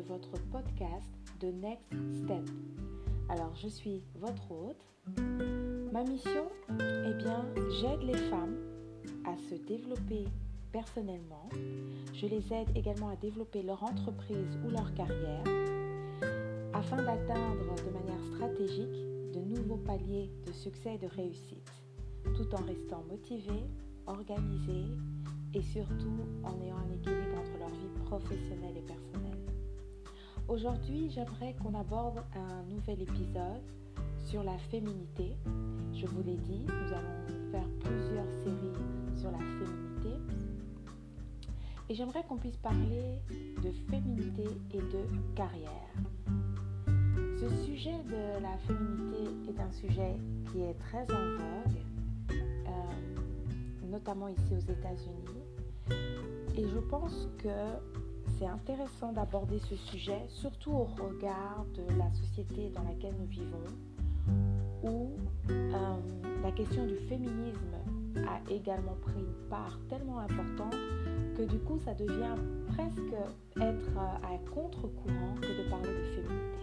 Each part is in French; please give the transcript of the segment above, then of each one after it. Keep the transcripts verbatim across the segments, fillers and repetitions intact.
votre podcast The Next Step. Alors, je suis votre hôte. Ma mission, eh bien, j'aide les femmes à se développer personnellement. Je les aide également à développer leur entreprise ou leur carrière afin d'atteindre de manière stratégique de nouveaux paliers de succès et de réussite, tout en restant motivées, organisées et surtout en ayant un équilibre entre leur vie professionnelle et personnelle. Aujourd'hui, j'aimerais qu'on aborde un nouvel épisode sur la féminité. Je vous l'ai dit, nous allons faire plusieurs séries sur la féminité. Et j'aimerais qu'on puisse parler de féminité et de carrière. Ce sujet de la féminité est un sujet qui est très en vogue, euh, notamment ici aux États-Unis. Et je pense que c'est intéressant d'aborder ce sujet, surtout au regard de la société dans laquelle nous vivons, où euh, la question du féminisme a également pris une part tellement importante que du coup ça devient presque être à contre-courant que de parler de féminité.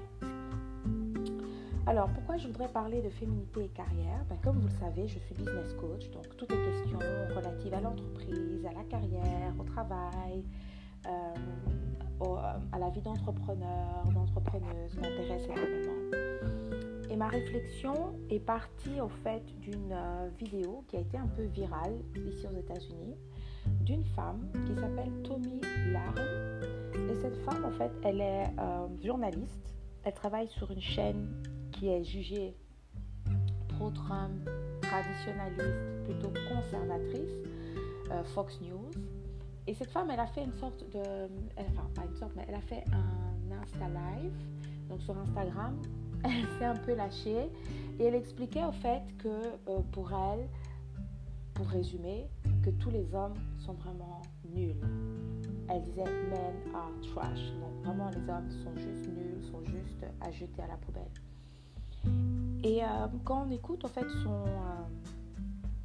Alors pourquoi je voudrais parler de féminité et carrière? Ben, comme vous le savez, je suis business coach, donc toutes les questions relatives à l'entreprise, à la carrière, au travail, euh, au, à la vie d'entrepreneur, d'entrepreneuse m'intéressent énormément. Et ma réflexion est partie au fait d'une euh, vidéo qui a été un peu virale ici aux États-Unis, d'une femme qui s'appelle Tomi Lahren. Et cette femme, en fait, elle est euh, journaliste. Elle travaille sur une chaîne qui est jugée pro-Trump, traditionnaliste, plutôt conservatrice, euh, Fox News. Et cette femme, elle a fait une sorte de... Enfin, pas une sorte, mais elle a fait un Insta Live, donc sur Instagram. Elle s'est un peu lâchée et elle expliquait au fait que euh, pour elle, pour résumer, que tous les hommes sont vraiment nuls. Elle disait « men are trash ». Donc vraiment les hommes sont juste nuls, sont juste à jeter à la poubelle. Et euh, quand on écoute en fait son, euh,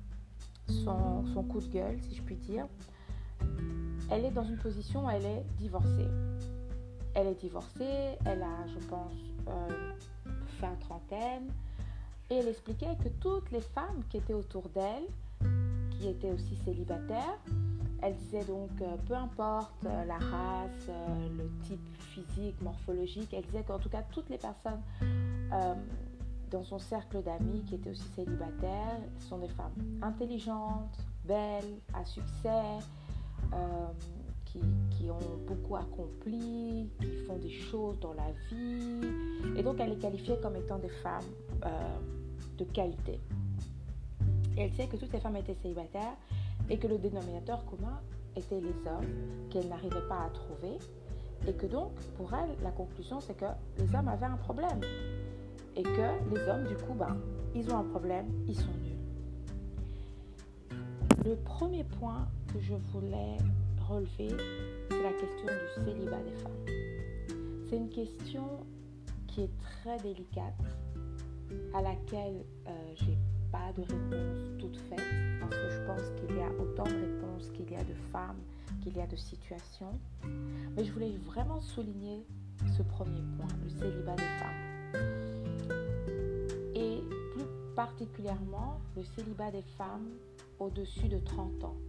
son, son coup de gueule, si je puis dire, elle est dans une position où elle est divorcée. Elle est divorcée, elle a, je pense, euh, fin trentaine, et elle expliquait que toutes les femmes qui étaient autour d'elle, qui étaient aussi célibataires, elle disait donc, euh, peu importe euh, la race, euh, le type physique, morphologique, elle disait qu'en tout cas toutes les personnes euh, dans son cercle d'amis qui étaient aussi célibataires sont des femmes intelligentes, belles, à succès, euh, qui, qui ont beaucoup accompli, qui font des choses dans la vie. Et donc elle les qualifiait comme étant des femmes euh, de qualité. Et elle disait que toutes ces femmes étaient célibataires et que le dénominateur commun était les hommes qu'elle n'arrivait pas à trouver. Et que donc, pour elle, la conclusion, c'est que les hommes avaient un problème. Et que les hommes, du coup, ben, ils ont un problème, ils sont nuls. Le premier point que je voulais relever, c'est la question du célibat des femmes. C'est une question qui est très délicate, à laquelle euh, j'ai pas de réponse toute faite, parce que je pense qu'il y a autant de réponses qu'il y a de femmes, qu'il y a de situations. Mais je voulais vraiment souligner ce premier point, le célibat des femmes. Et plus particulièrement, le célibat des femmes au-dessus de trente ans.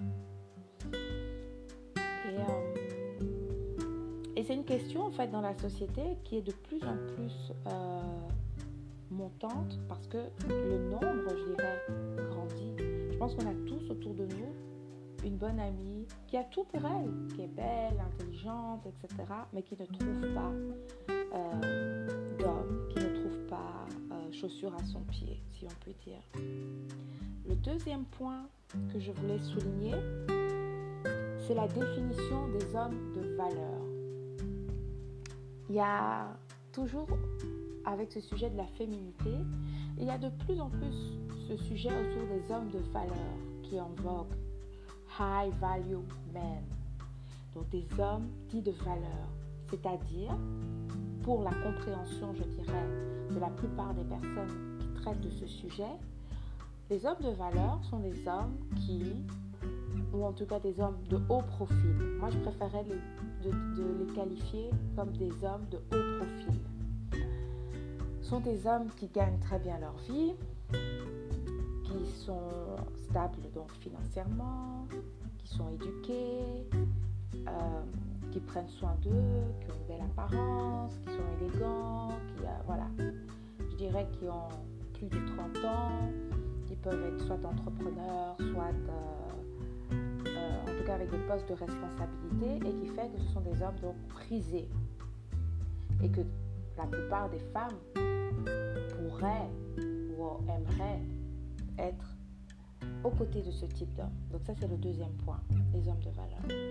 Et, euh, et c'est une question, en fait, dans la société qui est de plus en plus euh, montante parce que le nombre, je dirais, grandit. Je pense qu'on a tous autour de nous une bonne amie qui a tout pour elle, qui est belle, intelligente, et cetera, mais qui ne trouve pas euh, d'homme, qui ne trouve pas euh, chaussures à son pied, si on peut dire. Le deuxième point que je voulais souligner, c'est la définition des hommes de valeur. Il y a toujours, avec ce sujet de la féminité, il y a de plus en plus ce sujet autour des hommes de valeur qui est en vogue. High value men. Donc des hommes dits de valeur. C'est-à-dire, pour la compréhension, je dirais, de la plupart des personnes qui traitent de ce sujet, les hommes de valeur sont des hommes qui, ou en tout cas des hommes de haut profil. Moi, je préférais les de, de les qualifier comme des hommes de haut profil. Ce sont des hommes qui gagnent très bien leur vie, qui sont stables donc financièrement, qui sont éduqués, euh, qui prennent soin d'eux, qui ont une belle apparence, qui sont élégants, qui, euh, voilà, je dirais qui ont plus de trente ans, qui peuvent être soit entrepreneurs, soit euh, euh, en tout cas avec des postes de responsabilité, et qui fait que ce sont des hommes donc prisés, et que la plupart des femmes pourraient ou aimeraient être aux côtés de ce type d'homme. Donc ça, c'est le deuxième point, les hommes de valeur.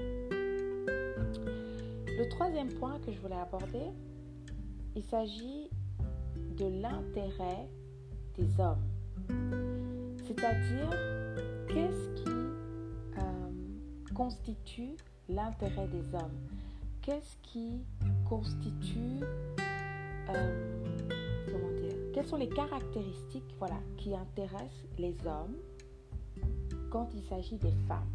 Le troisième point que je voulais aborder, il s'agit de l'intérêt des hommes. C'est-à-dire, qu'est-ce qui euh, constitue l'intérêt des hommes? Qu'est-ce qui constitue... Euh, comment dire? Quelles sont les caractéristiques, voilà, qui intéressent les hommes quand il s'agit des femmes?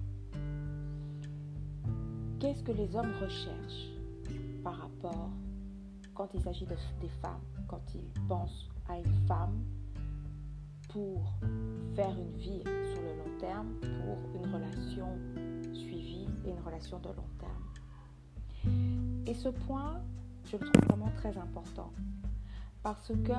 Qu'est-ce que les hommes recherchent par rapport, quand il s'agit de, des femmes, quand ils pensent à une femme pour faire une vie sur le long terme, pour une relation suivie et une relation de long terme? Et ce point, je le trouve vraiment très important, parce que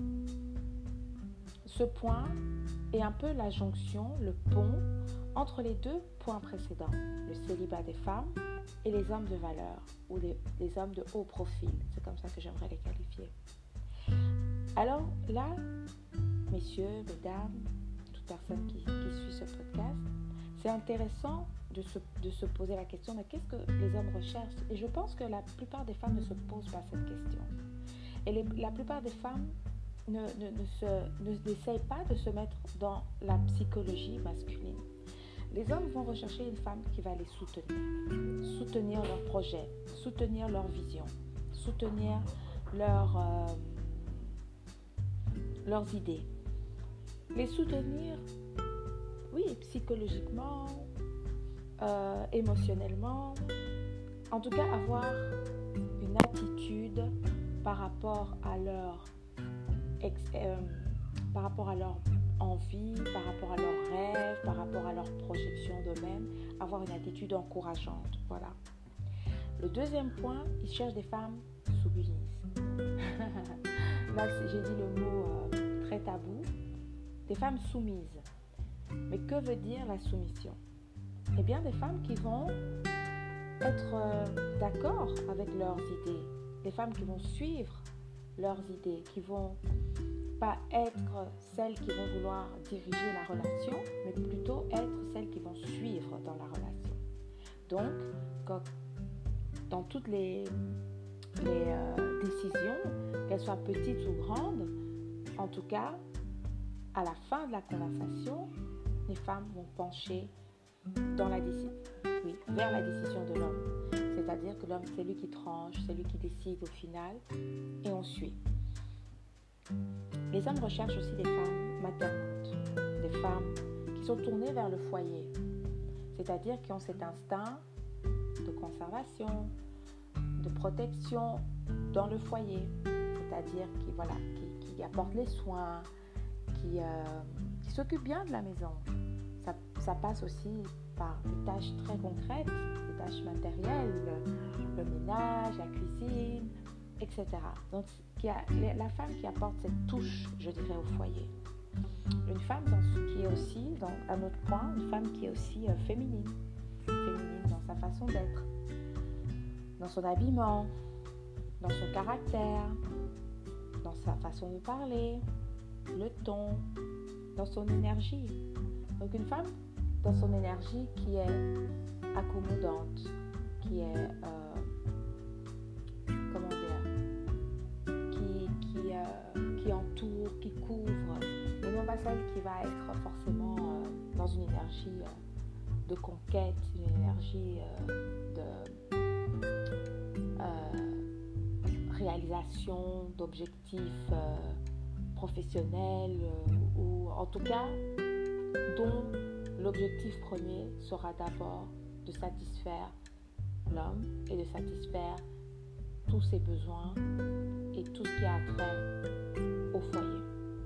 ce point est un peu la jonction, le pont entre les deux points précédents, le célibat des femmes et les hommes de valeur, ou les, les hommes de haut profil. C'est comme ça que j'aimerais les qualifier. Alors là, messieurs, mesdames, toute personne qui, qui suit ce podcast, c'est intéressant de se, de se poser la question de qu'est-ce que les hommes recherchent. Et je pense que la plupart des femmes ne se posent pas cette question. Et les, la plupart des femmes ne, ne, ne se, ne, n'essayent pas de se mettre dans la psychologie masculine. Les hommes vont rechercher une femme qui va les soutenir, soutenir leurs projets, soutenir leur vision, soutenir leur, euh, leurs idées. Les soutenir, oui, psychologiquement, euh, émotionnellement, en tout cas avoir une attitude par rapport à leur, ex, euh, par rapport à leur envie, par rapport à leurs rêves, par rapport à leurs projections d'eux-mêmes, avoir une attitude encourageante. Voilà. Le deuxième point, ils cherchent des femmes soumises. Là, j'ai dit le mot euh, très tabou. Des femmes soumises. Mais que veut dire la soumission? Eh bien, des femmes qui vont être euh, d'accord avec leurs idées. Des femmes qui vont suivre leurs idées, qui vont pas être celles qui vont vouloir diriger la relation, mais plutôt être celles qui vont suivre dans la relation. Donc, quand, dans toutes les, les euh, décisions, qu'elles soient petites ou grandes, en tout cas, à la fin de la conversation, les femmes vont pencher dans la décision, oui, vers la décision de l'homme. C'est-à-dire que l'homme, c'est lui qui tranche, c'est lui qui décide au final, et on suit. Les hommes recherchent aussi des femmes maternantes, des femmes qui sont tournées vers le foyer, c'est-à-dire qui ont cet instinct de conservation, de protection dans le foyer, c'est-à-dire qui, voilà, qui, qui apportent les soins, qui, euh, qui s'occupent bien de la maison. Ça, ça passe aussi par des tâches très concrètes, des tâches matérielles, le, le ménage, la cuisine, et cetera. Donc, qui a, la femme qui apporte cette touche, je dirais, au foyer. Une femme dans ce qui est aussi, dans, à notre point, une femme qui est aussi euh, féminine. Féminine dans sa façon d'être, dans son habillement, dans son caractère, dans sa façon de parler, le ton, dans son énergie. Donc une femme dans son énergie qui est accommodante, qui est... Euh, comment dire, qui, qui, euh, qui entoure, qui couvre, et non pas celle qui va être forcément euh, dans une énergie euh, de conquête, une énergie euh, de euh, réalisation d'objectifs euh, professionnels, euh, ou en tout cas dont l'objectif premier sera d'abord de satisfaire l'homme et de satisfaire tous ses besoins et tout ce qui a trait au foyer.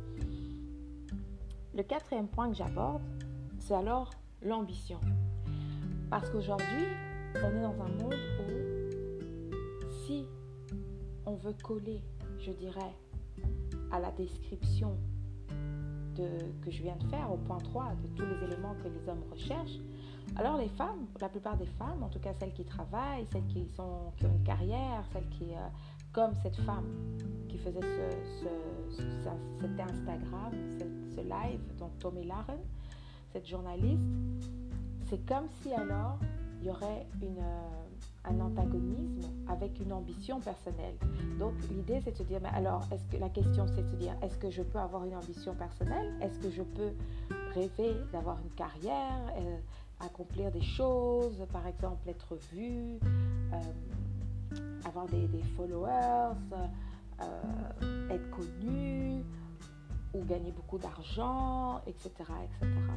Le quatrième point que j'aborde, c'est alors l'ambition. Parce qu'aujourd'hui, on est dans un monde où si on veut coller, je dirais, à la description de, que je viens de faire, au point trois, de tous les éléments que les hommes recherchent, alors les femmes, la plupart des femmes, en tout cas celles qui travaillent, celles qui, sont, qui ont une carrière, celles qui, euh, comme cette femme qui faisait ce, ce, ce, cet Instagram, ce, ce live, donc Tomi Lahren, cette journaliste, c'est comme si alors il y aurait une, euh, un antagonisme avec une ambition personnelle. Donc l'idée c'est de se dire, mais alors est-ce que la question c'est de se dire, est-ce que je peux avoir une ambition personnelle? Est-ce que je peux rêver d'avoir une carrière, euh, accomplir des choses, par exemple être vue, euh, avoir des, des followers, euh, être connue ou gagner beaucoup d'argent, et cetera, et cetera.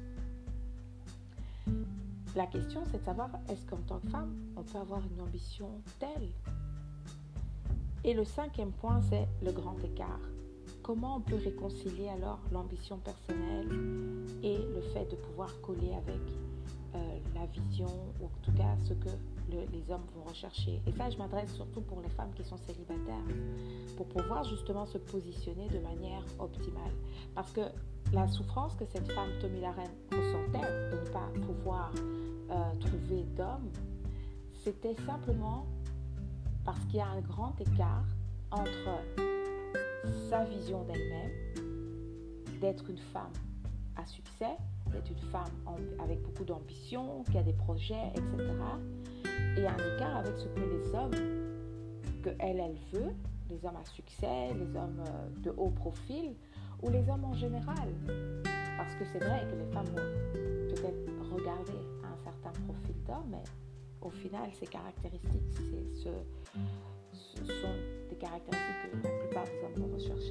La question, c'est de savoir, est-ce qu'en tant que femme, on peut avoir une ambition telle? Et le cinquième point, c'est le grand écart. Comment on peut réconcilier alors l'ambition personnelle et le fait de pouvoir coller avec euh, la vision, ou en tout cas ce que le, les hommes vont rechercher. Et ça, je m'adresse surtout pour les femmes qui sont célibataires, pour pouvoir justement se positionner de manière optimale. Parce que la souffrance que cette femme, Tomi Lahren, ressentait de ne pas pouvoir euh, trouver d'homme, c'était simplement parce qu'il y a un grand écart entre sa vision d'elle-même, d'être une femme à succès, d'être une femme en, avec beaucoup d'ambition, qui a des projets, et cetera, et un écart avec ce que les hommes qu'elle, elle veut, les hommes à succès, les hommes euh, de haut profil, ou les hommes en général. Parce que c'est vrai que les femmes vont peut-être regarder un certain profil d'homme, mais au final, ces caractéristiques, c'est ce, ce sont des caractéristiques que la plupart des hommes vont rechercher.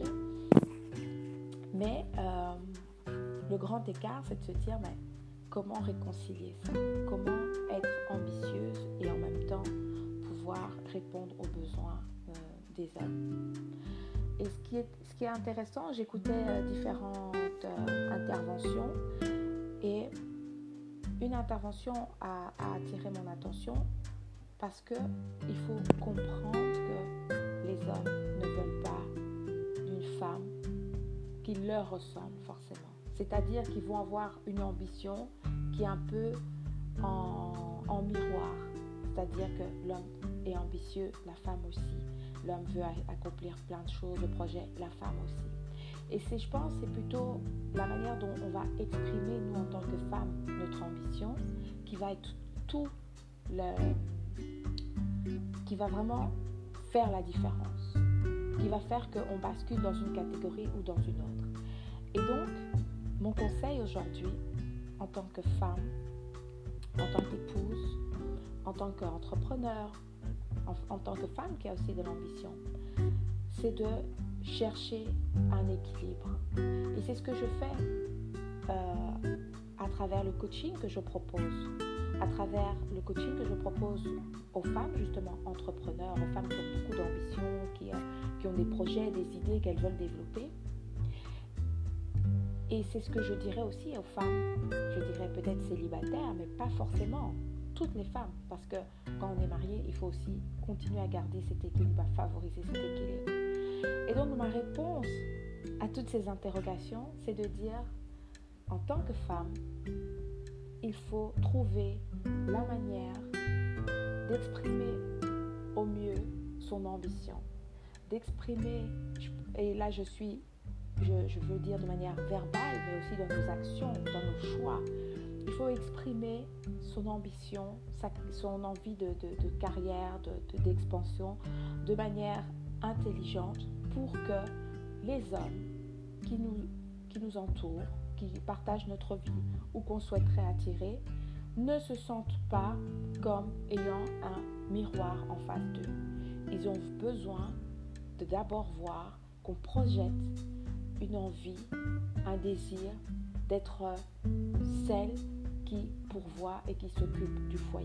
Mais euh, le grand écart, c'est de se dire, mais comment réconcilier ça? Comment être ambitieuse et en même temps pouvoir répondre aux besoins euh, des hommes? Et ce qui est, ce qui est intéressant, j'écoutais euh, différentes euh, interventions et une intervention a, a attiré mon attention parce qu'il faut comprendre que les hommes ne veulent pas d'une femme qui leur ressemble forcément. C'est-à-dire qu'ils vont avoir une ambition qui est un peu en, en miroir. C'est-à-dire que l'homme est ambitieux, la femme aussi. L'homme veut accomplir plein de choses, de projets, la femme aussi. Et c'est, je pense, c'est plutôt la manière dont on va exprimer, nous, en tant que femmes, notre ambition, qui va être tout le... qui va vraiment faire la différence, qui va faire qu'on bascule dans une catégorie ou dans une autre. Et donc, mon conseil aujourd'hui, en tant que femme, en tant qu'épouse, en tant qu'entrepreneur, en, en tant que femme qui a aussi de l'ambition, c'est de chercher un équilibre. Et c'est ce que je fais euh, à travers le coaching que je propose, à travers le coaching que je propose aux femmes, justement, entrepreneurs, aux femmes qui ont beaucoup d'ambition, qui, euh, qui ont des projets, des idées qu'elles veulent développer. Et c'est ce que je dirais aussi aux femmes, je dirais peut-être célibataires, mais pas forcément toutes les femmes, parce que quand on est marié, il faut aussi continuer à garder cet équilibre, à favoriser cet équilibre. Et donc ma réponse à toutes ces interrogations, c'est de dire, en tant que femme, il faut trouver la manière d'exprimer au mieux son ambition, d'exprimer, et là je suis, je, je veux dire de manière verbale, mais aussi dans nos actions, dans nos choix. Il faut exprimer son ambition, sa, son envie de, de, de carrière, de, de, d'expansion, de manière intelligente pour que les hommes qui nous, qui nous entourent, qui partagent notre vie ou qu'on souhaiterait attirer, ne se sentent pas comme ayant un miroir en face d'eux. Ils ont besoin de d'abord voir qu'on projette une envie, un désir d'être celle qui pourvoit et qui s'occupe du foyer.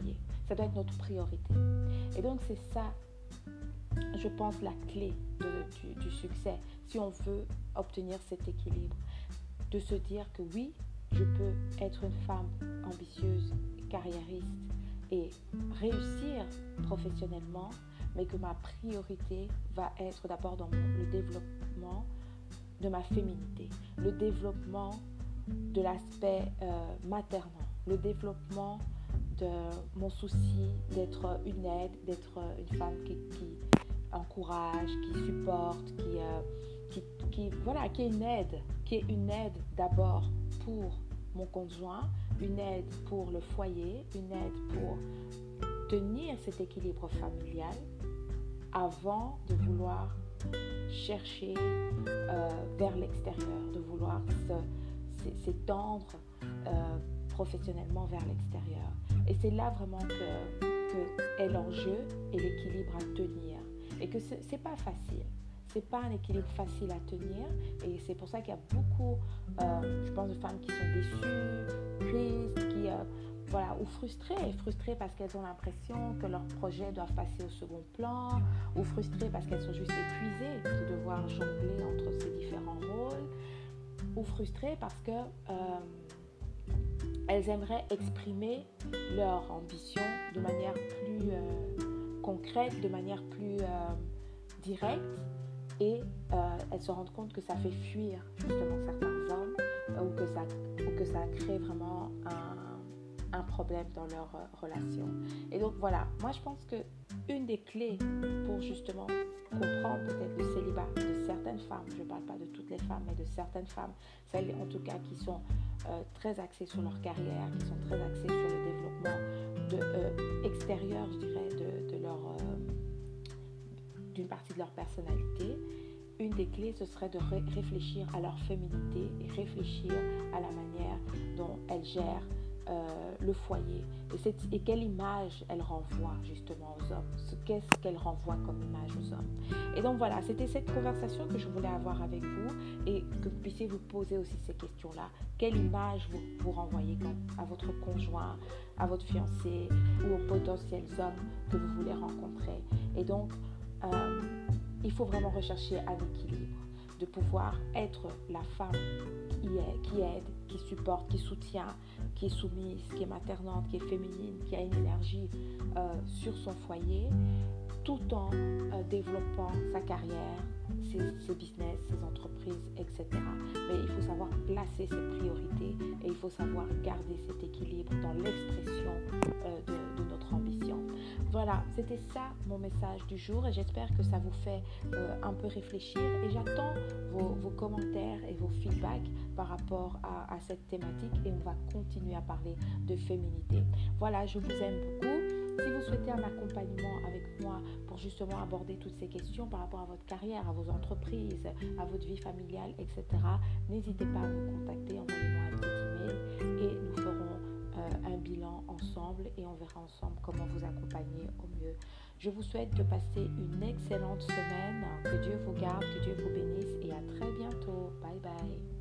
Ça doit être notre priorité. Et donc, c'est ça, je pense, la clé de, du, du succès, si on veut obtenir cet équilibre. De se dire que oui, je peux être une femme ambitieuse, carriériste et réussir professionnellement, mais que ma priorité va être d'abord dans mon, le développement de ma féminité, le développement de l'aspect euh, maternel, le développement de mon souci d'être une aide, d'être une femme qui, qui encourage, qui supporte, qui, euh, qui, qui, voilà, qui est une aide, qui est une aide d'abord pour mon conjoint, une aide pour le foyer, une aide pour tenir cet équilibre familial avant de vouloir chercher euh, vers l'extérieur, de vouloir se, s'étendre euh, professionnellement vers l'extérieur. Et c'est là vraiment que, que est l'enjeu et l'équilibre à tenir. Et que ce n'est pas facile. Ce n'est pas un équilibre facile à tenir. Et c'est pour ça qu'il y a beaucoup, euh, je pense, de femmes qui sont déçues, tristes, qui, euh, voilà, ou frustrées. Frustrées parce qu'elles ont l'impression que leurs projets doivent passer au second plan, ou frustrées parce qu'elles sont juste épuisées de devoir jongler entre ces différents rôles, ou frustrées parce que euh, elles aimeraient exprimer leur ambition de manière plus euh, concrète, de manière plus euh, directe, et euh, elles se rendent compte que ça fait fuir justement certains hommes euh, ou, que ça, ou que ça crée vraiment un, un problème dans leur euh, relation. Et donc voilà, moi je pense qu'une des clés pour justement comprendre peut-être le célibat de certaines femmes, je ne parle pas de toutes les femmes, mais de certaines femmes, celles en tout cas qui sont euh, très axées sur leur carrière, qui sont très axées sur le développement de, euh, extérieur, je dirais, de, de leur... Euh, d'une partie de leur personnalité, une des clés, ce serait de ré- réfléchir à leur féminité et réfléchir à la manière dont elles gèrent euh, le foyer et, cette, et quelle image elles renvoient justement aux hommes, ce, qu'est-ce qu'elles renvoient comme image aux hommes. Et donc voilà, c'était cette conversation que je voulais avoir avec vous et que vous puissiez vous poser aussi ces questions-là. Quelle image vous, vous renvoyez quand, à votre conjoint, à votre fiancé ou aux potentiels hommes que vous voulez rencontrer. Et donc, Euh, il faut vraiment rechercher un équilibre, de pouvoir être la femme qui, est, qui aide, qui supporte, qui soutient, qui est soumise, qui est maternante, qui est féminine, qui a une énergie euh, sur son foyer, tout en euh, développant sa carrière, ses, ses business, ses entreprises, et cetera. Mais il faut savoir placer ses priorités et il faut savoir garder cet équilibre dans l'expression euh, de, de notre ambition. Voilà, c'était ça mon message du jour et j'espère que ça vous fait euh, un peu réfléchir et j'attends vos, vos commentaires et vos feedbacks par rapport à, à cette thématique et on va continuer à parler de féminité. Voilà, je vous aime beaucoup. Si vous souhaitez un accompagnement avec moi pour justement aborder toutes ces questions par rapport à votre carrière, à vos entreprises, à votre vie familiale, et cetera, n'hésitez pas à me contacter, envoyez-moi un petit email et nous ferons euh, un bilan ensemble et on verra ensemble comment vous accompagner au mieux. Je vous souhaite de passer une excellente semaine, que Dieu vous garde, que Dieu vous bénisse et à très bientôt. Bye bye.